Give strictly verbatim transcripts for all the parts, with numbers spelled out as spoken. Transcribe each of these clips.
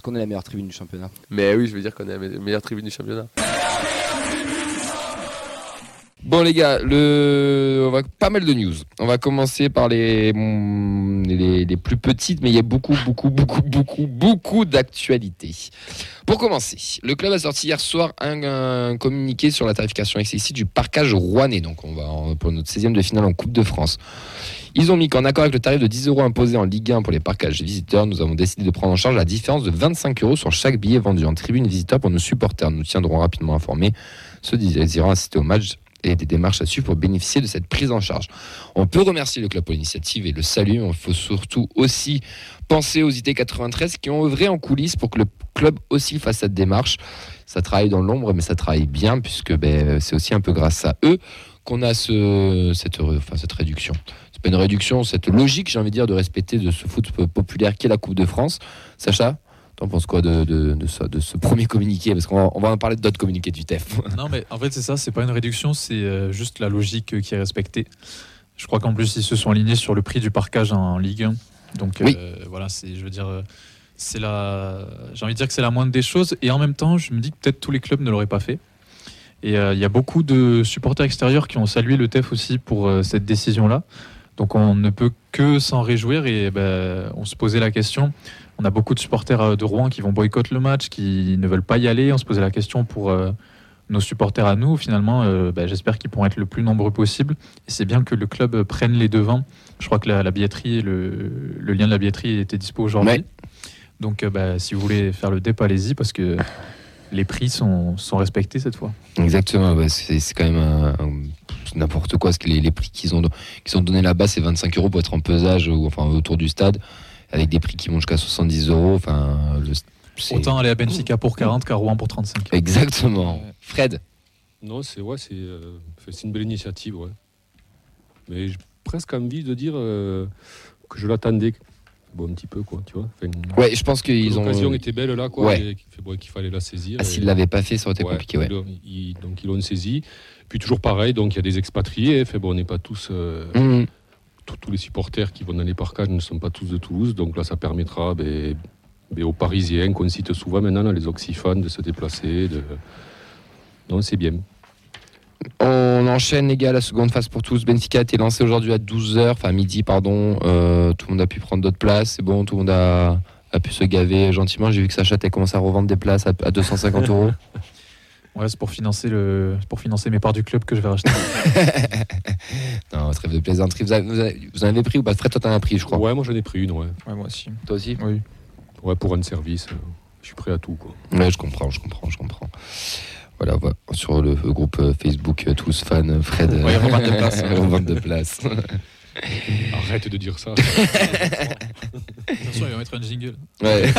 qu'on est la meilleure tribune du championnat. Mais oui, je veux dire qu'on est la meilleure tribune du championnat. Bon les gars, le... on va pas mal de news. On va commencer par les... les les plus petites, mais il y a beaucoup, beaucoup, beaucoup, beaucoup, beaucoup d'actualités. Pour commencer, le club a sorti hier soir un, un communiqué sur la tarification excessive du parquage rouennais. Donc on va en, pour notre seizième de finale en Coupe de France. Ils ont mis qu'en accord avec le tarif de dix euros imposé en Ligue un pour les parquages visiteurs, nous avons décidé de prendre en charge la différence de vingt-cinq euros sur chaque billet vendu en tribune visiteur pour nos supporters. Nous tiendrons rapidement informés ceux désirant assister au match et des démarches à suivre pour bénéficier de cette prise en charge. On peut remercier le club pour l'initiative et le salut, mais il faut surtout aussi penser aux I T quatre-vingt-treize qui ont œuvré en coulisses pour que le club aussi fasse cette démarche. Ça travaille dans l'ombre, mais ça travaille bien, puisque ben, c'est aussi un peu grâce à eux qu'on a ce, cette, enfin, cette réduction. C'est pas une réduction, cette logique, j'ai envie de dire, de respecter de ce foot populaire qui est la Coupe de France. Sacha ? T'en penses quoi de, de, de, ça, de ce premier communiqué ? Parce qu'on va, on va en parler d'autres communiqués du T E F. Non, mais en fait, c'est ça, c'est pas une réduction, c'est euh, juste la logique qui est respectée. Je crois qu'en plus, ils se sont alignés sur le prix du parquage en Ligue un. Donc, oui. euh, voilà, c'est, je veux dire, c'est la, j'ai envie de dire que c'est la moindre des choses. Et en même temps, je me dis que peut-être tous les clubs ne l'auraient pas fait. Et il euh, y a beaucoup de supporters extérieurs qui ont salué le T E F aussi pour euh, cette décision-là. Donc, on ne peut que s'en réjouir. Et ben, on se posait la question. On a beaucoup de supporters de Rouen qui vont boycotter le match, qui ne veulent pas y aller. On se posait la question pour euh, nos supporters à nous. Finalement, euh, bah, j'espère qu'ils pourront être le plus nombreux possible. Et c'est bien que le club prenne les devants. Je crois que la, la billetterie, le, le lien de la billetterie était dispo aujourd'hui. Ouais. Donc, euh, bah, si vous voulez faire le dép, allez-y, parce que les prix sont, sont respectés cette fois. Exactement, bah, c'est, c'est quand même un, un, n'importe quoi. Parce que les, les prix qu'ils ont, qu'ils ont donnés là-bas, c'est vingt-cinq euros pour être en pesage, ou, enfin, autour du stade. Avec des prix qui montent jusqu'à soixante-dix euros. Enfin, le, c'est... Autant aller à Benfica pour quarante qu'à Rouen pour trente-cinq. Exactement. Fred ? Non, c'est, ouais, c'est, euh, c'est une belle initiative. Ouais. Mais j'ai presque envie de dire euh, que je l'attendais. Bon, un petit peu, quoi, tu vois. Enfin, ouais, je pense qu'ils ont... L'occasion était belle, là, quoi. Ouais. Et qu'il, bon, qu'il fallait la saisir. Ah, et... s'ils ne l'avaient pas fait, ça aurait été ouais, compliqué, ouais. Ils, donc, ils l'ont saisi. Puis, toujours pareil, donc, il y a des expatriés. Fait, bon, on n'est pas tous... Euh, mmh. Tous les supporters qui vont dans les parcages ne sont pas tous de Toulouse, donc là ça permettra ben, ben, aux Parisiens qu'on cite souvent maintenant, les oxyphones, de se déplacer. De... Non, c'est bien. On enchaîne les gars, la seconde phase pour tous. Benfica a été lancé aujourd'hui à douze heures, enfin midi pardon. Euh, tout le monde a pu prendre d'autres places, c'est bon, tout le monde a, a pu se gaver gentiment. J'ai vu que Sacha a commencé à revendre des places à, à deux cent cinquante euros. Ouais, c'est pour financer le, c'est pour financer mes parts du club que je vais racheter. Non, trêve de plaisanterie. Vous, avez, vous, avez, vous en avez pris ou pas ? Fred, toi t'en as pris, je crois. Ouais, moi j'en ai pris une, ouais. Ouais, moi aussi. Toi aussi ? Oui. Ouais, pour un service, euh, je suis prêt à tout, quoi. Ouais, je comprends, je comprends, je comprends. Voilà, voilà. Sur le groupe Facebook, euh, tous fans, Fred. Ouais, revente de place. Revente de place. Arrête de dire ça. Attention, il va mettre un jingle. Ouais.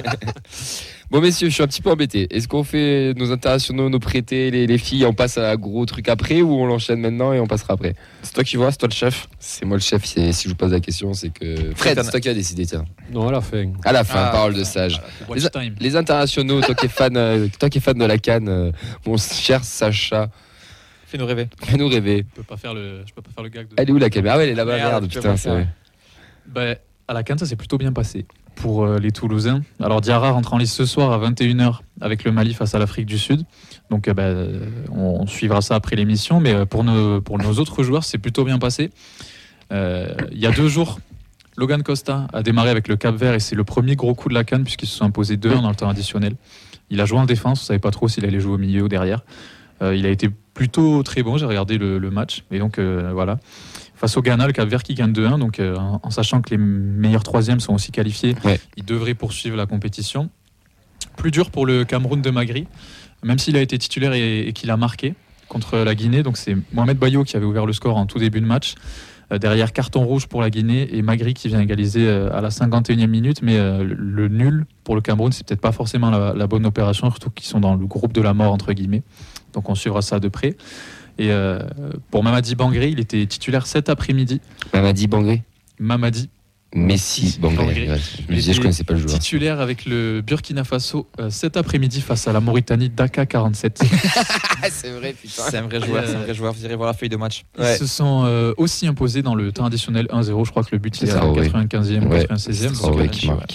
Bon messieurs, je suis un petit peu embêté. Est-ce qu'on fait nos internationaux, nos prêtés, les, les filles, on passe à gros truc après ou on l'enchaîne maintenant et on passera après ? C'est toi qui vois, c'est toi le chef. C'est moi le chef. C'est, si je vous pose la question, c'est que Fred, c'est toi qui as décidé, tiens. Non, à la fin. À la fin, ah, parole de sage. Voilà, les, les internationaux, toi qui es fan, euh, toi qui es fan de la CAN, euh, mon cher Sacha. Fais-nous rêver. Fais-nous rêver. Je peux pas faire le, je peux pas faire le gag. De... Elle est où la caméra ? Ah ouais, elle est là-bas. Merde, merde, putain, c'est vrai. Bah, à la CAN, ça s'est plutôt bien passé pour euh, les Toulousains. Alors Diarra rentre en lice ce soir à vingt et une heures avec le Mali face à l'Afrique du Sud. Donc euh, bah, on, on suivra ça après l'émission. Mais euh, pour, nos, pour nos autres joueurs, c'est plutôt bien passé. Euh, il y a deux jours, Logan Costa a démarré avec le Cap-Vert et c'est le premier gros coup de la CAN puisqu'ils se sont imposés deux un dans le temps additionnel. Il a joué en défense, on ne savait pas trop s'il allait jouer au milieu ou derrière. Euh, il a été plutôt très bon, j'ai regardé le, le match. Et donc euh, voilà. Face au Ghana, le Cap-Vert qui gagne deux un, donc euh, en, en sachant que les meilleurs troisièmes sont aussi qualifiés, ouais. Ils devraient poursuivre la compétition. Plus dur pour le Cameroun de Magri, même s'il a été titulaire et, et qu'il a marqué contre la Guinée. Donc c'est Mohamed Bayo qui avait ouvert le score en tout début de match. Euh, derrière, carton rouge pour la Guinée et Magri qui vient égaliser euh, à la cinquante et unième minute. Mais euh, le, le nul pour le Cameroun, c'est peut-être pas forcément la, la bonne opération, surtout qu'ils sont dans le groupe de la mort, entre guillemets. Donc on suivra ça de près. Et euh, pour Mamadi Bangré, il était titulaire cet après-midi. Mamadi Bangré Mamadi Messi Bangré. Ouais, je me disais, je connaissais pas le joueur. Titulaire avec le Burkina Faso euh, cet après-midi face à la Mauritanie, Dakar quarante-sept. C'est vrai, putain. C'est un vrai joueur, c'est un vrai joueur. Vous irez voir la feuille de match. Ils ouais. se sont euh, aussi imposés dans le temps additionnel un zéro. Je crois que le but il est à la quatre-vingt-quinzième ou ouais. quatre-vingt-seizième. C'est Traoré qui marque.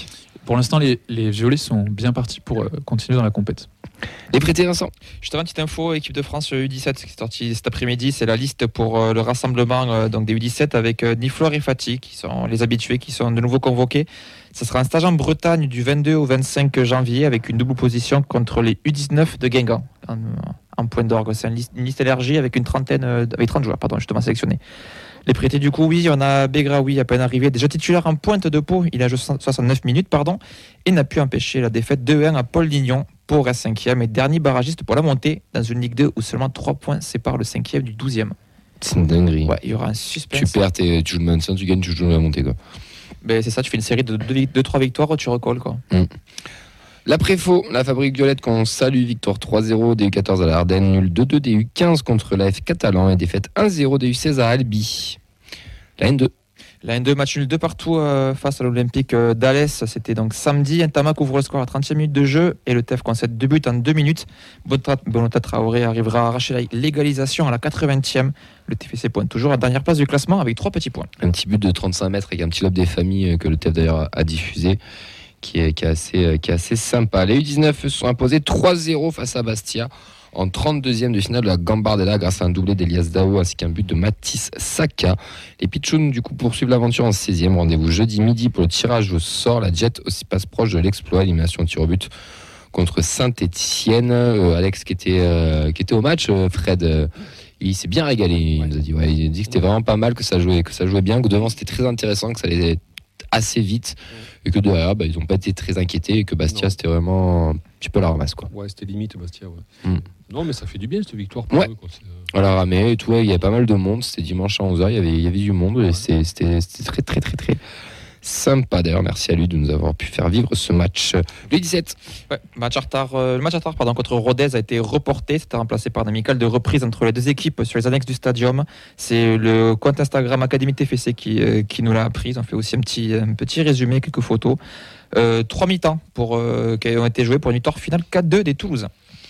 pour l'instant, les, les violets sont bien partis pour euh, continuer dans la compète. Les prêtés, Vincent. Justement, petite info, équipe de France U dix-sept qui est sortie cet après-midi, c'est la liste pour euh, le rassemblement euh, donc des U dix-sept avec euh, Niflor et Fati, qui sont les habitués, qui sont de nouveau convoqués. Ce sera un stage en Bretagne du vingt-deux au vingt-cinq janvier avec une double opposition contre les U dix-neuf de Guingamp, en, en point d'orgue. C'est une liste, une liste élargie avec une trentaine, euh, avec trente joueurs, pardon, justement sélectionnés. Les prêtés, du coup, oui, on a Begraoui à peine arrivé, déjà titulaire en pointe de Pau, il a joué soixante-neuf minutes, pardon, et n'a pu empêcher la défaite deux un à Paul Lignon. Pau reste cinquième et dernier barragiste pour la montée dans une Ligue deux où seulement trois points séparent le cinquième du douzième. C'est une dinguerie. Ouais, il y aura un suspense. Tu perds, tu joues le maintien, tu gagnes, tu joues la montée, quoi. Ben, c'est ça, tu fais une série de deux trois victoires, tu recolles, quoi. Mm. L'après-faux, la Fabrique Violette qu'on salue, victoire trois zéro, D U quatorze à la Ardennes, nul deux deux D U quinze contre l'A F Catalan et défaite un zéro D U seize à Albi. La N deux. La N deux, match nul deux partout euh, face à l'Olympique euh, d'Alès. C'était donc samedi. Ntamak ouvre le score à trentième minute de jeu et le T E F concède deux buts en deux minutes. Bonota Traoré arrivera à arracher la légalisation à la quatre-vingtième. Le T F C pointe toujours à la dernière place du classement avec trois petits points. Un petit but de trente-cinq mètres avec un petit lob des familles que le T F d'ailleurs a diffusé, qui est, qui est, assez, qui est assez sympa. Les U dix-neuf se sont imposés trois zéro face à Bastia en trente-deuxième de finale de la Gambardella grâce à un doublé d'Elias Dao ainsi qu'un but de Mathis Saka. Les Pichouns du coup poursuivent l'aventure en seizième. Rendez-vous jeudi midi pour le tirage au sort. La Jet aussi passe proche de l'exploit, élimination au tir au but contre Saint-Etienne. Euh, Alex qui était, euh, qui était au match, euh, Fred, euh, il s'est bien régalé. Il nous a dit, ouais, il a dit que c'était vraiment pas mal, que ça jouait, que ça jouait bien, que devant c'était très intéressant, que ça allait assez vite et que derrière bah, ils n'ont pas été très inquiétés et que Bastia non. C'était vraiment un petit peu la ramasse, quoi. Ouais, c'était limite Bastia, ouais. Mm. Non, mais ça fait du bien cette victoire pour ouais. eux. Quoi. À la ramée et tout, ouais, il y a pas mal de monde. C'était dimanche à onze heures, il y avait, il y avait du monde et c'était, c'était, c'était très très très très sympa. D'ailleurs, merci à lui de nous avoir pu faire vivre ce match. Le dix-sept. Ouais, match en retard, euh, le match en retard pardon, contre Rodez a été reporté. C'était remplacé par un amical de reprise entre les deux équipes sur les annexes du stadium. C'est le compte Instagram Académie T F C qui, euh, qui nous l'a appris. Ils ont fait aussi un petit, un petit résumé, quelques photos. Euh, trois mi-temps pour, euh, qui ont été joués pour une victoire finale quatre deux des Toulousains.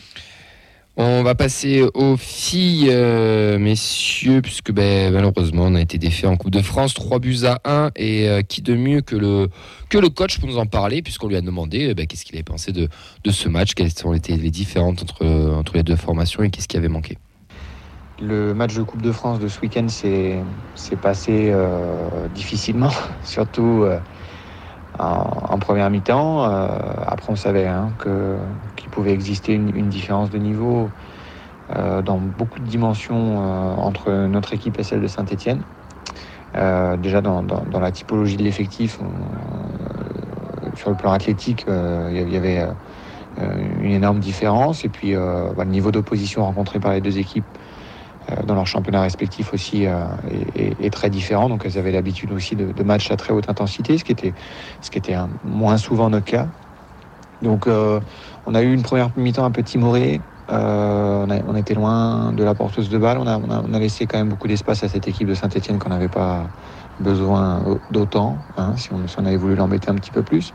On va passer aux filles, euh, messieurs, puisque ben, malheureusement on a été défait en Coupe de France, trois buts à un, et euh, qui de mieux que le, que le coach pour nous en parler, puisqu'on lui a demandé ben, qu'est-ce qu'il avait pensé de, de ce match, quelles ont été les différences entre, entre les deux formations et qu'est-ce qui avait manqué. Le match de Coupe de France de ce week-end s'est, s'est passé euh, difficilement, surtout euh, en, en première mi-temps. Euh, après on savait hein, que, qu'il pouvait exister une, une différence de niveau euh, dans beaucoup de dimensions euh, entre notre équipe et celle de Saint-Etienne. Euh, déjà dans, dans, dans la typologie de l'effectif, on, euh, sur le plan athlétique, euh, il y avait euh, une énorme différence. Et puis euh, bah, le niveau d'opposition rencontré par les deux équipes dans leurs championnats respectifs aussi euh, est, est, est très différent. Donc elles avaient l'habitude aussi de, de matchs à très haute intensité, ce qui était, ce qui était un, moins souvent notre cas. Donc euh, on a eu une première mi-temps un peu timorée. Euh, on, a, on était loin de la porteuse de balle. On a, on, a, on a laissé quand même beaucoup d'espace à cette équipe de Saint-Etienne qu'on n'avait pas besoin d'autant, hein, si, on, si on avait voulu l'embêter un petit peu plus.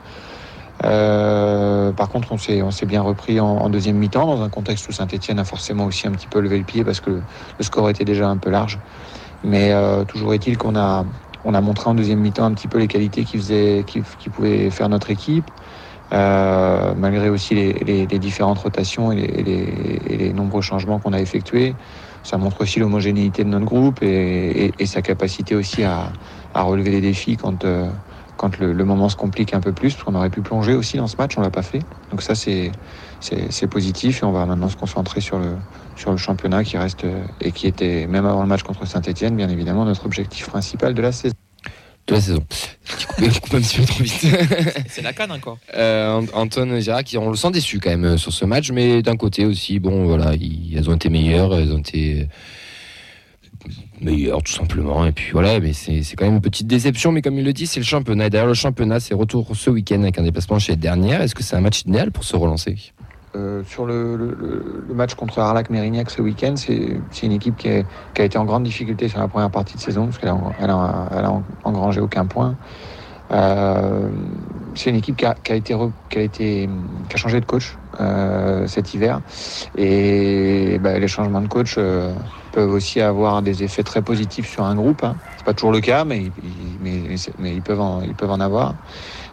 Euh, par contre, on s'est, on s'est bien repris en, en deuxième mi-temps dans un contexte où Saint-Etienne a forcément aussi un petit peu levé le pied parce que le, le score était déjà un peu large. Mais euh, toujours est-il qu'on a, on a montré en deuxième mi-temps un petit peu les qualités qui, faisaient, qui, qui pouvaient faire notre équipe, euh, malgré aussi les, les, les différentes rotations et les, et, les, et les nombreux changements qu'on a effectués. Ça montre aussi l'homogénéité de notre groupe et, et, et sa capacité aussi à, à relever les défis quand... Euh, quand le, le moment se complique un peu plus, parce qu'on aurait pu plonger aussi dans ce match, on l'a pas fait. Donc ça, c'est, c'est, c'est positif et on va maintenant se concentrer sur le, sur le championnat qui reste, et qui était, même avant le match contre Saint-Etienne, bien évidemment, notre objectif principal de la saison. De la saison. Je coupe un petit peu trop vite. C'est, c'est la canne encore. Euh, Antoine et Gérard, qui, on le sent déçu quand même sur ce match, mais d'un côté aussi, bon, voilà, ils, elles ont été meilleures, elles ont été... meilleur tout simplement, et puis voilà, mais c'est, c'est quand même une petite déception, mais comme il le dit, c'est le championnat, et d'ailleurs le championnat c'est retour ce week-end avec un déplacement chez Dernière. Est-ce que c'est un match idéal pour se relancer? euh, Sur le, le, le match contre Arlac-Mérignac ce week-end, c'est, c'est une équipe qui, est, qui a été en grande difficulté sur la première partie de saison, parce qu'elle a, elle a, elle a engrangé aucun point. Euh, c'est une équipe qui a, qui a été, qui a été, qui a changé de coach euh, cet hiver, et bah, les changements de coach euh, peuvent aussi avoir des effets très positifs sur un groupe. Hein. C'est pas toujours le cas, mais, mais, mais ils peuvent en, ils peuvent en avoir.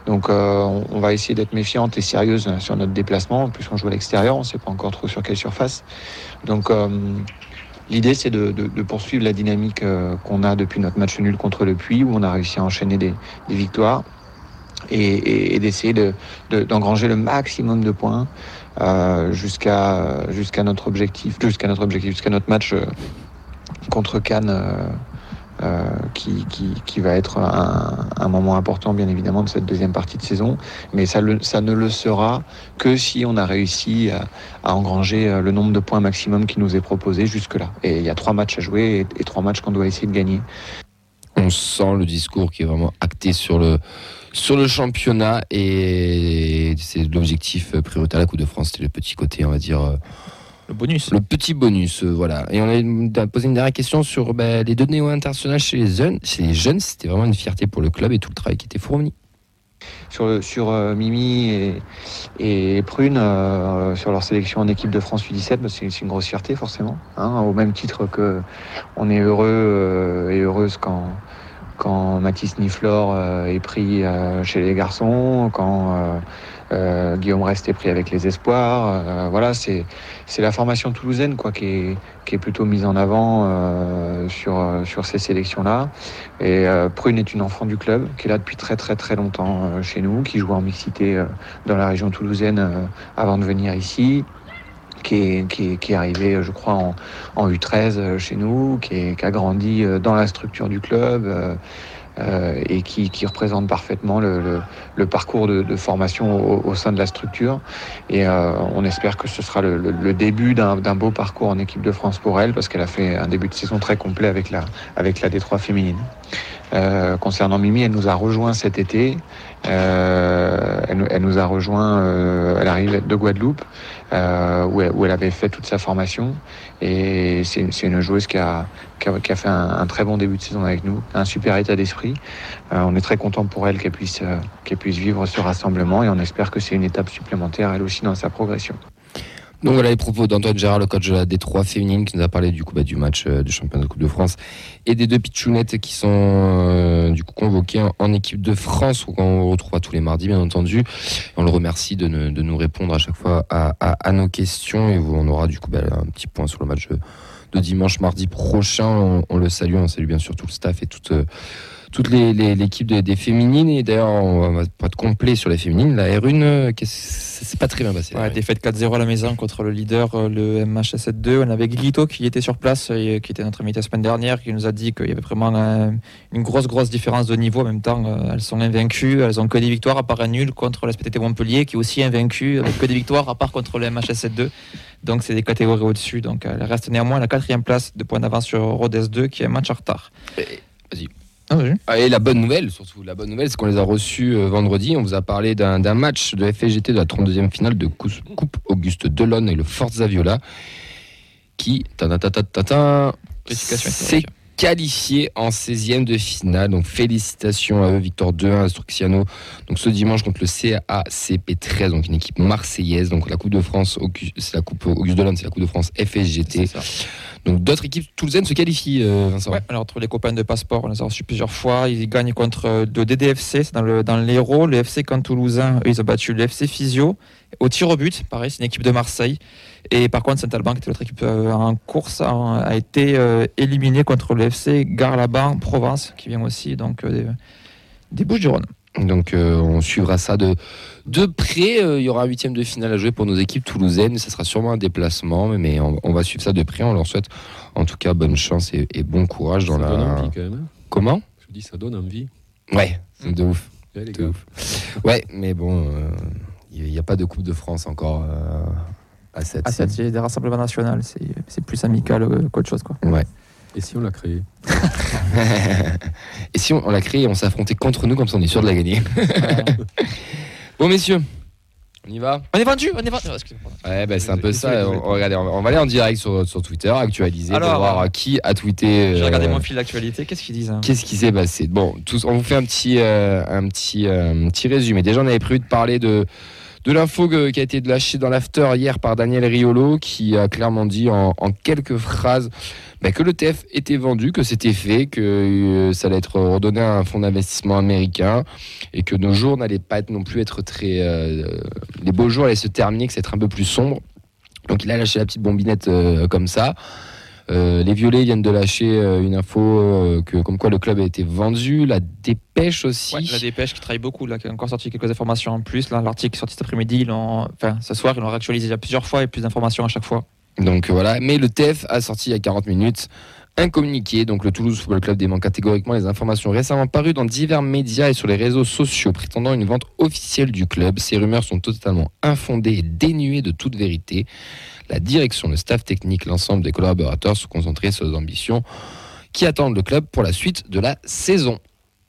Donc euh, on, on va essayer d'être méfiante et sérieuse sur notre déplacement. En plus, on joue à l'extérieur, on ne sait pas encore trop sur quelle surface. Donc euh, l'idée, c'est de, de, de poursuivre la dynamique euh, qu'on a depuis notre match nul contre le Puy, où on a réussi à enchaîner des, des victoires et, et, et d'essayer de, de, d'engranger le maximum de points euh, jusqu'à, jusqu'à notre objectif, jusqu'à notre objectif, jusqu'à notre match euh, contre Cannes. Euh, Euh, qui, qui, qui va être un, un moment important bien évidemment de cette deuxième partie de saison, mais ça, le, ça ne le sera que si on a réussi à, à engranger le nombre de points maximum qui nous est proposé jusque-là. Et il y a trois matchs à jouer et, et trois matchs qu'on doit essayer de gagner. On sent le discours qui est vraiment acté sur le, sur le championnat et c'est l'objectif prioritaire. La Coupe de France, c'était le petit côté, on va dire... Le bonus. Le petit bonus, euh, voilà. Et on a posé une dernière question sur bah, les deux néo internationales chez les jeunes. Chez les jeunes, c'était vraiment une fierté pour le club et tout le travail qui était fourni. Sur, le, sur euh, Mimi et, et Prune, euh, sur leur sélection en équipe de France U dix-sept, bah, c'est, c'est une grosse fierté forcément. Hein, au même titre qu'on est heureux euh, et heureuse quand, quand Mathis Niflor euh, est pris euh, chez les garçons, quand... Euh, Euh, Guillaume Rest est pris avec les espoirs. Euh, voilà, c'est c'est la formation toulousaine quoi qui est qui est plutôt mise en avant euh, sur sur ces sélections-là. Et euh, Prune est une enfant du club qui est là depuis très très très longtemps euh, chez nous, qui joue en mixité euh, dans la région toulousaine euh, avant de venir ici. Qui est, qui, est, qui est arrivé, je crois, en, en U treize chez nous, qui, est, qui a grandi dans la structure du club euh, euh, et qui, qui représente parfaitement le, le, le parcours de, de formation au, au sein de la structure. Et euh, on espère que ce sera le, le, le début d'un, d'un beau parcours en équipe de France pour elle, parce qu'elle a fait un début de saison très complet avec la, avec la D trois féminine. Euh, concernant Mimi, elle nous a rejoint cet été. Euh, elle, elle nous a rejoint, euh, elle arrive de Guadeloupe, euh, où, elle, où elle avait fait toute sa formation. Et c'est, c'est une joueuse qui a, qui a, qui a fait un, un très bon début de saison avec nous, un super état d'esprit. Euh, on est très content pour elle qu'elle puisse, euh, qu'elle puisse vivre ce rassemblement et on espère que c'est une étape supplémentaire, elle aussi, dans sa progression. Donc voilà les propos d'Antoine Gérard, le coach de la D trois féminine, qui nous a parlé du coup bah, du match euh, du championnat de Coupe de France et des deux pitchounettes qui sont euh, du coup convoquées en, en équipe de France, qu'on retrouvera tous les mardis bien entendu. Et on le remercie de, ne, de nous répondre à chaque fois à, à, à nos questions et on aura du coup bah, un petit point sur le match de, de dimanche mardi prochain. On, on le salue, on salue bien sûr tout le staff et toute euh, toutes les, les l'équipe des, des féminines. Et d'ailleurs on va pas être complet sur les féminines. La R un, c'est pas très bien passé. Ouais, défaite quatre zéro à la maison contre le leader, le M H S deux. On avait Glito qui était sur place, et qui était notre invité la semaine dernière, qui nous a dit qu'il y avait vraiment euh, une grosse grosse différence de niveau. En même temps, euh, elles sont invaincues, elles ont que des victoires à part un nul contre l'S P T T Montpellier, qui est aussi invaincu avec que des victoires à part contre le M H S deux. Donc c'est des catégories au-dessus. Donc elle reste néanmoins à la quatrième place, de points d'avance sur Rodez deux, qui est un match en retard. Et, vas-y. Ah oui. Et la bonne nouvelle, surtout, la bonne nouvelle, c'est qu'on les a reçus euh, vendredi. On vous a parlé d'un, d'un match de F S G T de la trente-deuxième finale de Coupe Auguste Delon et le Forza Viola, qui s'est qualifié en seizième de finale. Donc félicitations à eux, victoire deux un à Struxiano. Donc ce dimanche contre le C A C P treize, donc une équipe marseillaise. Donc la Coupe de France, c'est la Coupe Auguste Delon, c'est la Coupe de France F S G T. Donc d'autres équipes toulousaines se qualifient, euh, Vincent. Ouais, alors entre les copains de Passeport, on les a reçus plusieurs fois. Ils gagnent contre le D D F C, c'est dans, le, dans l'Hérault. Le F C Camp Toulousain, eux, ils ont battu le F C Physio. Au tir au but, pareil, c'est une équipe de Marseille. Et par contre, Saint-Alban, qui était l'autre équipe euh, en course, a, a été euh, éliminé contre le F C Gare-Laban Provence, qui vient aussi donc euh, des, des Bouches-du-Rhône. Donc euh, on suivra ça de, de près. Euh, il y aura un huitième de finale à jouer pour nos équipes toulousaines. Ça sera sûrement un déplacement, mais on, on va suivre ça de près. On leur souhaite en tout cas bonne chance et, et bon courage dans ça la. Donne envie quand même. Comment ? Je dis ça donne envie. Ouais, c'est de ouf. Ouais, les de gars. ouf. Ouais, mais bon, il euh, n'y a pas de Coupe de France encore euh, à sept. À sept, c'est des rassemblements nationaux. C'est, c'est plus amical euh, qu'autre chose, quoi. Ouais. Et si on l'a créé ? Et si on, on l'a créé et on s'affrontait contre nous, comme ça on est sûr de la gagner. Bon messieurs, on y va ? On est vendu, on est vendu. Oh, excusez-moi. Ouais, bah, c'est un peu ça. On, on, regardez, on, va, on va aller en direct sur, sur Twitter, actualiser, Alors, pour voir qui a tweeté. J'ai euh, regardé mon fil d'actualité. Qu'est-ce qu'ils disent, hein ? Qu'est-ce qui s'est passé ? Bon, tous, on vous fait un petit, euh, un petit, euh, un petit résumé. Déjà, on avait prévu de parler de. De l'info que, qui a été lâchée dans l'after hier par Daniel Riolo, qui a clairement dit en, en quelques phrases bah, que le T F était vendu, que c'était fait, que euh, ça allait être redonné à un fonds d'investissement américain et que nos jours n'allaient pas être non plus être très... Euh, les beaux jours allaient se terminer, que ça allait être un peu plus sombre. Donc il a lâché la petite bombinette euh, comme ça. Euh, les Violets viennent de lâcher euh, une info euh, que, comme quoi le club a été vendu. La Dépêche aussi. Ouais, la Dépêche qui travaille beaucoup, là, qui a encore sorti quelques informations en plus. Là, l'article est sorti cet après-midi, ils l'ont... enfin ce soir, ils l'ont réactualisé déjà plusieurs fois et plus d'informations à chaque fois. Donc voilà, mais le T F a sorti il y a quarante minutes un communiqué. Donc le Toulouse Football Club dément catégoriquement les informations récemment parues dans divers médias et sur les réseaux sociaux prétendant une vente officielle du club. Ces rumeurs sont totalement infondées et dénuées de toute vérité. La direction, le staff technique, l'ensemble des collaborateurs sont concentrés sur les ambitions qui attendent le club pour la suite de la saison.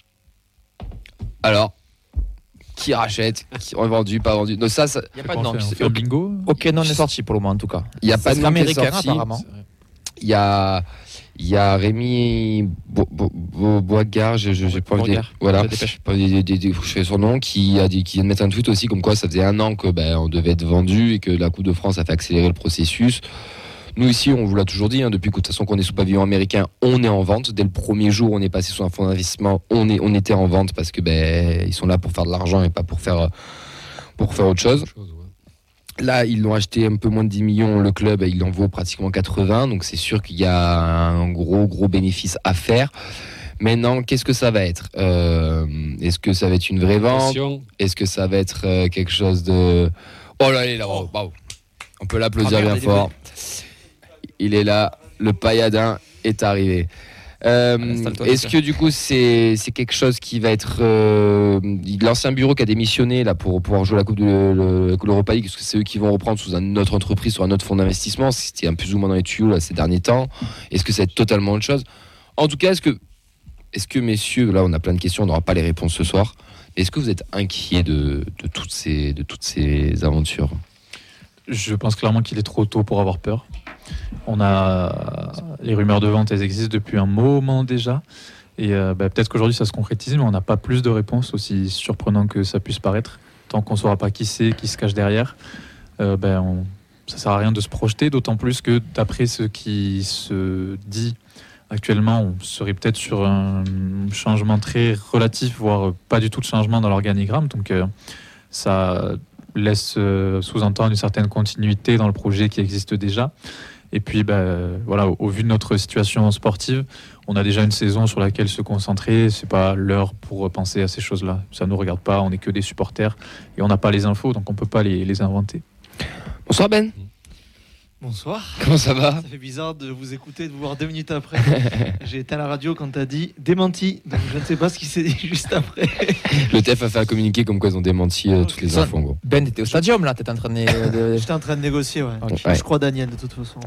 Alors, qui rachète, qui est vendu, pas vendu. Non, ça, ça... Il n'y a pas de nom. On fait un bingo. Ok, non, n'est sorti pour le moment en tout cas. Il n'y a pas de nom américain sorti. apparemment. Il y a, il y a Rémi Bo- Bo- Bo- Boisgard, je n'ai pas envie de... Boisgard, Voilà, la Dépêche. pas des- des- des- je fais son nom, qui a dit, qui vient de mettre un tweet aussi comme quoi ça faisait un an que ben, on devait être vendu et que la Coupe de France a fait accélérer le processus. Nous ici, on vous l'a toujours dit, hein, depuis que de toute façon qu'on est sous pavillon américain, on est en vente. Dès le premier jour, on est passé sous un fonds d'investissement, on, est, on était en vente parce que ben, ils sont là pour faire de l'argent et pas pour faire, pour faire autre chose. Chose, ouais. Là, ils l'ont acheté un peu moins de dix millions, le club, il en vaut pratiquement quatre-vingts, donc c'est sûr qu'il y a un gros, gros bénéfice à faire. Maintenant, qu'est-ce que ça va être euh, Est-ce que ça va être une vraie vente Attention, Est-ce que ça va être euh, quelque chose de... Oh là, il est là, bravo, bravo. On peut l'applaudir Ah, merde, bien il est fort. Il est là, le pailladin est arrivé. Euh, Installe-toi, est-ce Lucas. que du coup c'est, c'est quelque chose qui va être euh, l'ancien bureau qui a démissionné là pour pouvoir jouer la Coupe de le- l'Europa League, est-ce que c'est eux qui vont reprendre sous une autre entreprise, sur un autre fonds d'investissement, c'était un plus ou moins dans les tuyaux là, ces derniers temps, est-ce que ça va être totalement autre chose? En tout cas, est-ce que est-ce que messieurs, là on a plein de questions, on n'aura pas les réponses ce soir, est-ce que vous êtes inquiets de, de, toutes ces, de toutes ces aventures? Je pense clairement qu'il est trop tôt pour avoir peur. On a les rumeurs de vente, elles existent depuis un moment déjà. Et euh, bah, peut-être qu'aujourd'hui ça se concrétise, mais on n'a pas plus de réponses, aussi surprenant que ça puisse paraître. Tant qu'on ne saura pas qui c'est, qui se cache derrière, euh, ben, on, ça ne sert à rien de se projeter, d'autant plus que d'après ce qui se dit actuellement, on serait peut-être sur un changement très relatif, voire pas du tout de changement dans l'organigramme. Donc euh, ça laisse euh, sous-entendre une certaine continuité dans le projet qui existe déjà. Et puis, ben, voilà, au, au vu de notre situation sportive, on a déjà une saison sur laquelle se concentrer. C'est pas l'heure pour penser à ces choses-là. Ça nous regarde pas. On n'est que des supporters et on n'a pas les infos, donc on peut pas les, les inventer. Bonsoir Ben. Bonsoir. Comment ça va? Ça fait bizarre de vous écouter, de vous voir deux minutes après. J'ai éteint la radio quand t'as dit démenti. Donc je ne sais pas ce qui s'est dit juste après. Le T F a fait un communiqué comme quoi ils ont démenti euh, toutes les Ça- infos en gros. Ben, t'étais au stadium là, t'étais en train de. de- J'étais en train de négocier, ouais. Ok. Ouais. Je crois Daniel de toute façon.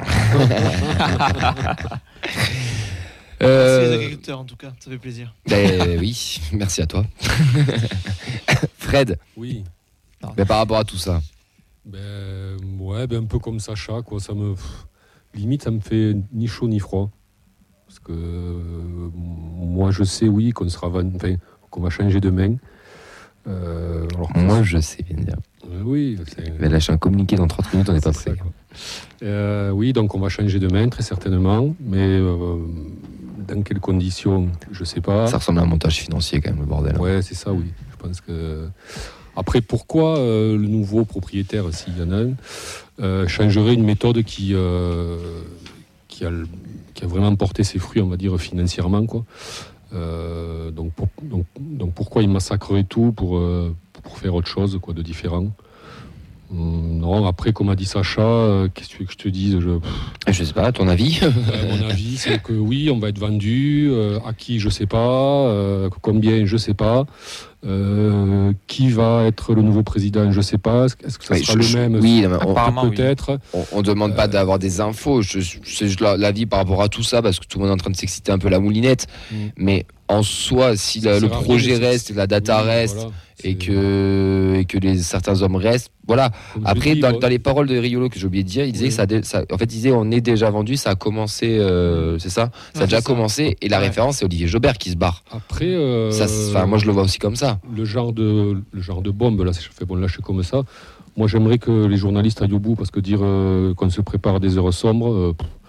Euh, Merci les agriculteurs en tout cas, ça fait plaisir. ben, oui, merci à toi. Fred, oui. ben, par rapport à tout ça, Ben, ouais, ben un peu comme Sacha, quoi. Ça me, pff, limite, ça me fait ni chaud ni froid. Parce que euh, moi, je sais, oui, qu'on sera, van- enfin, qu'on va changer de main. Euh, alors que- moi je sais bien dire. Euh, oui, c'est- Je vais lâcher un communiqué dans trente minutes, on n'est pas c'est prêt. ça, quoi. Euh, oui, donc on va changer de main, très certainement. Mais euh, dans quelles conditions, je sais pas. Ça ressemble à un montage financier quand même, le bordel. Ouais, c'est ça, oui. Je pense que. Après, pourquoi euh, le nouveau propriétaire, s'il y en a un, euh, changerait une méthode qui, euh, qui, a, le- qui a vraiment porté ses fruits, on va dire, financièrement, quoi. Euh, donc, pour- donc, donc pourquoi il massacrerait tout pour, euh, pour faire autre chose, quoi, de différent? Hum, Non, après, comme a dit Sacha, euh, qu'est-ce que tu veux que je te dise? je, Je sais pas, à ton avis? Ouais, mon avis, c'est que oui, on va être vendu. euh, à qui, je sais pas. euh, combien, je sais pas. Euh, qui va être le nouveau président, je sais pas. Est-ce que ça Oui, sera je- le je- même? oui, non, mais on- Apparemment, oui. Peut-être. On ne demande pas d'avoir des infos, je- je- c'est juste la- l'avis par rapport à tout ça, parce que tout le monde est en train de s'exciter un peu la moulinette. Mm. Mais en soi, si la- Ça le sert à projet rien, reste, c'est- la data Oui, reste, voilà, et c'est- que, et que les, certains hommes restent, voilà. comme je Après, dis, dans, moi- dans les paroles de Riolo que j'ai oublié de dire, il disait Oui. que ça, dé- ça- en fait, il disait on est déjà vendu, ça a commencé, euh, c'est ça, ça a Ouais, déjà c'est ça. commencé, et la Ouais. référence c'est Olivier Jobert qui se barre. Après, euh, Ça, c'est- enfin, moi je le vois aussi comme ça. le genre de le genre de bombe là, c'est- je fais bon là, je suis comme ça. Moi, j'aimerais que les journalistes aillent au bout, parce que dire euh, qu'on se prépare à des heures sombres, euh, pff,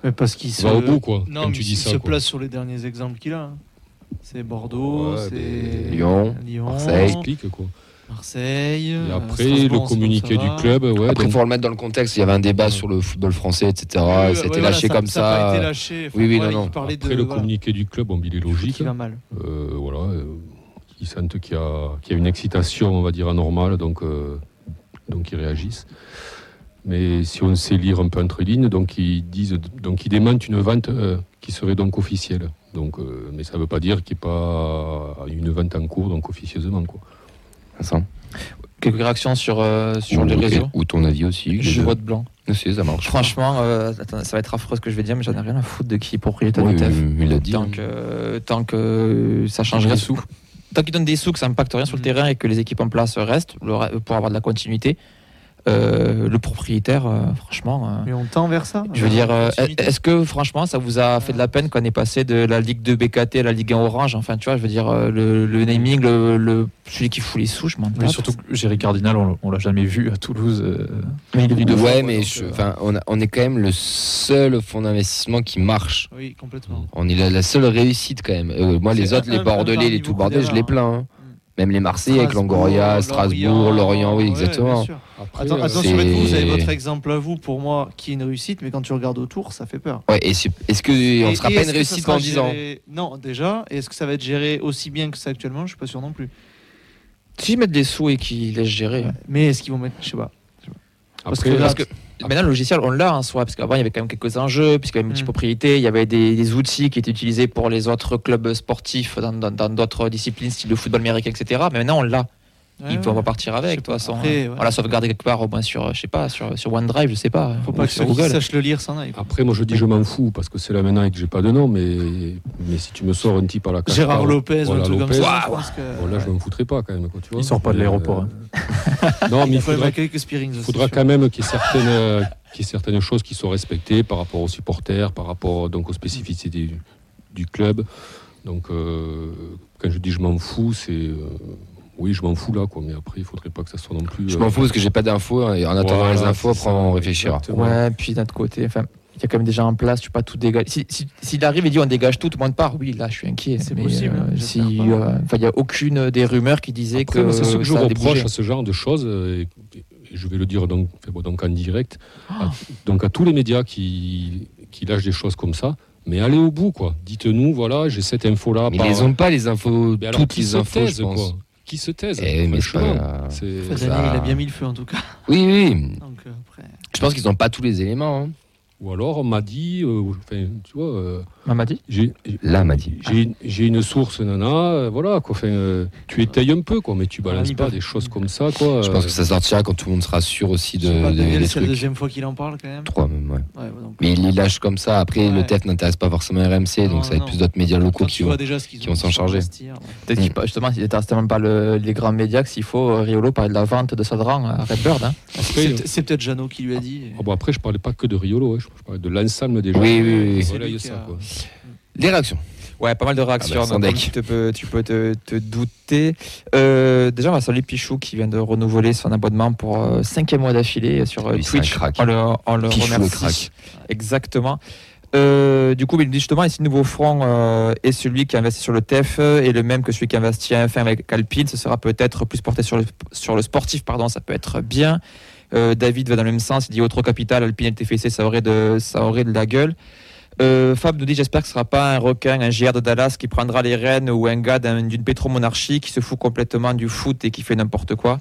Mais parce qu'il se... va au bout, quoi, Non, quand mais tu il dis ça. se quoi. place sur les derniers exemples qu'il a. hein. C'est Bordeaux, Ouais, c'est mais- Lyon, Lyon, Marseille. Explique, quoi. Marseille. Et euh, après, Strasbourg, le c'est communiqué bon, ça du va. club, ouais. Après, il donc- faut remettre dans le contexte. Il y avait un débat sur le football français, et cetera. Oui, ça a ouais, été voilà, lâché comme ça. Ça a pas ça. été lâché. Enfin, Oui, oui, voilà, non, il non. parlait Après, de, le voilà, communiqué du club, bon, il est logique. qui va mal. Euh, voilà, euh, ils sentent qu'il y, a, qu'il y a une excitation, on va dire, anormale, donc, euh, donc ils réagissent. Mais si on sait lire un peu entre lignes, donc ils disent, donc ils démentent une vente euh, qui serait donc officielle. Donc, euh, mais ça ne veut pas dire qu'il n'y ait pas une vente en cours, donc officieusement, quoi. Vincent. Quelques réactions sur, euh, sur ou, les réseaux. Ou ton avis aussi. Je les deux. vote blanc. Si, ça marche. Franchement, euh, attends, ça va être affreux ce que je vais dire, mais j'en ai rien à foutre de qui est propriétaire Oui, du T F. il l'a dit. Tant hein. que, tant que ça change rien. des sous. Tant qu'ils donnent des sous, que ça n'impacte rien sur le Mhm. terrain et que les équipes en place restent le re- pour avoir de la continuité, euh, le propriétaire, euh, franchement. euh, Mais on tend vers ça. Je veux dire, euh, Continuité. est-ce que franchement ça vous a fait de la peine quand on est passé de la Ligue deux B K T à la Ligue un Orange? Enfin, tu vois, je veux dire, euh, le, le naming, le, le- celui qui fout les sous, je m'en Mais tape. surtout que Géry Cardinal, on, on l'a jamais vu à Toulouse. euh, Mais il est venu deux fois, Ouais, quoi, mais donc, je- euh, enfin, on, a- on est quand même le seul fonds d'investissement qui marche. Oui, complètement. On est la, la seule réussite quand même. Euh, moi, les C'est autres, un- les un- un Bordelais, parmi les tout beaucoup bordels, je les d'erreurs, plains. hein. Même les Marseillais avec Strasbourg, Longoria, Strasbourg, Lorient, oui, ouais, exactement. bien sûr. Après, Attends, euh, attention, c'est- avec vous, vous avez votre exemple à vous, pour moi, qui est une réussite, mais quand tu regardes autour, ça fait peur. Ouais, et c'est- est-ce qu'on Et- ne sera et pas est-ce une que ça réussite sera pendant dix ans géré- Non, déjà. Et est-ce que ça va être géré aussi bien que ça actuellement? Je suis pas sûr non plus. S'ils mettent des sous et qu'ils laissent gérer. Ouais. Mais est-ce qu'ils vont mettre, je sais pas. Parce après, que- Parce que maintenant, le logiciel, on l'a en soi, parce qu'avant, il y avait quand même quelques enjeux, puisqu'il y avait une Mm. multipropriété, il y avait des, des outils qui étaient utilisés pour les autres clubs sportifs dans dans- dans d'autres disciplines, style le football américain, et cetera. Mais maintenant, on l'a. Ouais, Il faut ouais. repartir avec, de toute façon. Après, ouais. On l'a sauvegardé quelque part, au moins sur, je sais pas, sur, sur OneDrive, je sais pas. Faut ou pas que sur ceux qui Google. sachent le lire s'en aillent. Après, moi, je dis je m'en fous parce que c'est là maintenant et que j'ai pas de nom, mais, mais si tu me sors un type à la cache. Gérard Lopez ou voilà, un truc comme Lopez. ça. Je pense que... Bon, là, je m'en foutrais pas quand même. Quoi, tu vois. Il sort pas de Mais, l'aéroport, euh, Non, mais il Il faut faudra, même quelques spearings aussi. faudra je quand même qu'il y ait certaines, euh, qu'il y ait certaines choses qui soient respectées par rapport aux supporters, par rapport donc, aux spécificités du, du club. Donc, euh, quand je dis je m'en fous, c'est. euh, oui, je m'en fous là, quoi. Mais après, il faudrait pas que ça soit non plus. Je euh, m'en fous parce que j'ai pas d'infos. Et en attendant voilà, les infos, c'est après on ça, réfléchira. exactement. Ouais, puis d'un autre côté, enfin, il y a quand même des gens en place, tu peux pas tout dégager. Si, si- s'il arrive et dit on dégage tout, tout le monde part, oui, là je suis inquiet. C'est Mais, possible, hein, euh, j'espère si, pas. euh, enfin, il y a aucune des rumeurs qui disaient Après, que. moi, c'est ce que je ça allait reproche bouger. à ce genre de choses, euh, et, et je vais le dire donc, fait, bon, donc en direct, à, donc à tous les médias qui, qui lâchent des choses comme ça, mais allez au bout, quoi. Dites-nous, voilà, j'ai cette info-là. Mais par- ils ont pas les infos, Mais alors, toutes qui les se infos, taisent, je pense. quoi. Qui se taisent Eh, mais c'est franchement. pas- C'est- pense. ça- Daniel, il a bien mis le feu en tout cas. Oui, oui. Donc, euh, après... Je pense qu'ils n'ont pas tous les éléments. hein. Ou alors, on m'a dit, euh, enfin, tu vois, euh, Mamadi j'ai Là, m'a dit. j'ai- j'ai une source, nana, euh, voilà, quoi. Enfin, euh, tu étayes un peu, quoi, mais tu balances ils pas peuvent- des choses comme ça, quoi. Je euh, pense que ça sortira quand tout le monde sera sûr aussi de, Je sais pas, de- Daniel, des c'est la trucs. deuxième fois qu'il en parle quand même. Trois même, ouais. Ouais, donc, Mais il les lâche comme ça. Après, le Ouais. T F n'intéresse pas forcément R M C, Non, donc ça va être non. plus d'autres médias locaux quand qui tu vont. vois déjà ce qu'ils qui ont vont s'en charger. investir, ouais. Peut-être Mm. qu'il pas- justement, il n'intéresse tellement pas le- les grands médias que s'il faut, euh, Riolo parlait de la vente de Sodran à Redbird. Hein. après, C'est peut- C'est peut-être Jeannot qui lui a dit. ah bon, après, je parlais pas que de Riolo, hein, je, je parlais de l'ensemble des gens. Oui, oui, oui, oui. C'est Voilà, il y lui a qui ça, a- quoi. Les réactions. Ouais, pas mal de réactions. Ah bah, sans donc, comme deck. tu, te peux, tu peux te, te douter. Euh, déjà, on va saluer Pichou qui vient de renouveler son abonnement pour euh, cinquième mois d'affilée sur euh, Lui, c'est un Twitch. crack. On le, on le Pichou remercie. est crack. Exactement. Euh, du coup, il dit justement, ici, le nouveau front euh, est celui qui investit sur le T F et le même que celui qui investit à F un avec Alpine. Ce sera peut-être plus porté sur le, sur le sportif, pardon, ça peut être bien. Euh, David va dans le même sens, il dit autre capital, Alpine et le T F C, ça aurait de, ça aurait de la gueule. Euh, Fab nous dit j'espère que ce ne sera pas un requin, un G R de Dallas qui prendra les rênes ou un gars d'un- d'une pétromonarchie qui se fout complètement du foot et qui fait n'importe quoi.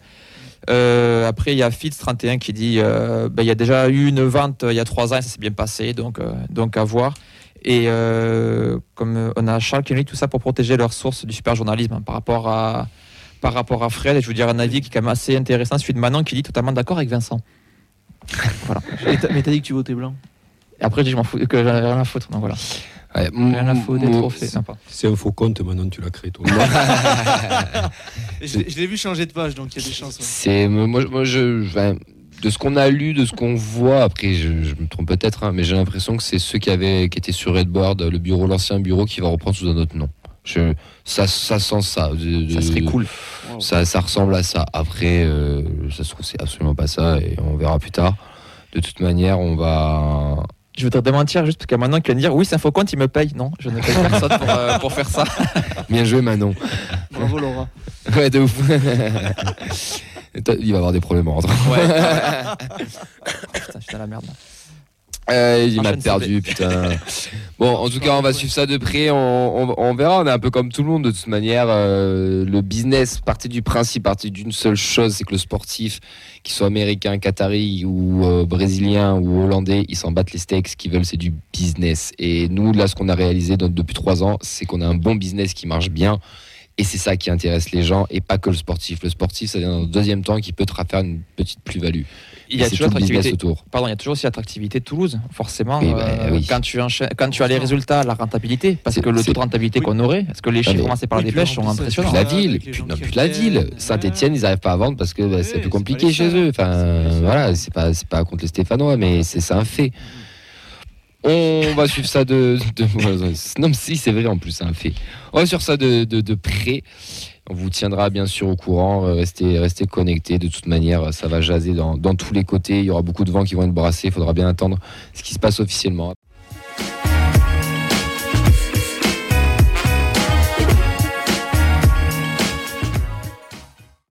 Euh, après il y a Fitz trente et un qui dit euh, ben, il y a déjà eu une vente euh, il y a trois ans et ça s'est bien passé donc, euh, donc à voir. Et euh, comme on a Charles qui nous dit tout ça pour protéger leurs sources du super journalisme hein, par rapport à par rapport à Fred, et je vous dire un avis qui est quand même assez intéressant, celui de Manon qui dit totalement d'accord avec Vincent. Voilà. Mais t'as mais t'as dit que tu votais blanc. Et après, je dis je m'en fous, que j'en ai rien à foutre. Donc voilà. Ouais, Rien à foutre des m- trophées. Sympa. C'est un faux compte, maintenant tu l'as créé, toi. Et Je, je l'ai vu changer de page, donc il y a des chances. ouais. C'est moi, moi je, enfin, de ce qu'on a lu, de ce qu'on voit. Après, je, je me trompe peut-être, hein, mais j'ai l'impression que c'est ceux qui avaient, qui étaient sur Redboard, le bureau, l'ancien bureau, qui va reprendre sous un autre nom. Je, ça, ça sent ça. De- de- Ça serait cool. Ça, ça ressemble à ça. Après, euh, ça se trouve c'est absolument pas ça, et on verra plus tard. De toute manière, on va, Je voudrais démentir juste parce qu'il y a Manon qui vient de dire oui, c'est un faux compte, il me paye. Non, je ne paye personne pour, euh, pour faire ça. Bien joué, Manon. Bravo Laura. Ouais, de ouf. Il va avoir des problèmes en rentrant. Ouais. Putain, je suis dans la merde. Là. Euh, il m'a Enchaîne, perdu, putain. Bon, en tout cas, on va suivre ça de près. On, on, on verra. On est un peu comme tout le monde de toute manière. Euh, le business partait du principe, partait d'une seule chose, c'est que le sportif, qu'il soit américain, qatari ou euh, brésilien ou hollandais, ils s'en battent les steaks. Ce qu'ils veulent, c'est du business. Et nous, là, ce qu'on a réalisé donc, depuis trois ans, c'est qu'on a un bon business qui marche bien. Et c'est ça qui intéresse les gens et pas que le sportif. Le sportif, ça vient dans le deuxième temps qui peut te faire une petite plus-value. Il y a c'est toujours tout le business l'attractivité. autour. Pardon, il y a toujours aussi l'attractivité de Toulouse, forcément. Oui, bah, euh, oui. Quand tu enchaînes- quand tu as les résultats, la rentabilité, parce C'est- que le c'est- taux de rentabilité Oui. qu'on aurait, parce que les Ah, chiffres mais- commencés par Oui, la puis dépêche sont remplissage, impressionnants. Puis la Ah, ville, avec les puis, gens non, qui puis la ville. viennent, Saint-Etienne, ils n'arrivent pas à vendre parce que bah, Oui, c'est un peu c'est compliqué pas les chez seuls, eux. hein. Enfin, C'est pas les seuls. voilà, c'est pas, c'est pas contre les Stéphanois, mais c'est, c'est un fait. On va suivre ça de, de- non, mais si, c'est vrai en plus, c'est un fait. On va suivre ça de, de, de près. On vous tiendra bien sûr au courant. Restez, restez connectés. De toute manière, ça va jaser dans, dans tous les côtés. Il y aura beaucoup de vents qui vont être brassés. Il faudra bien attendre ce qui se passe officiellement.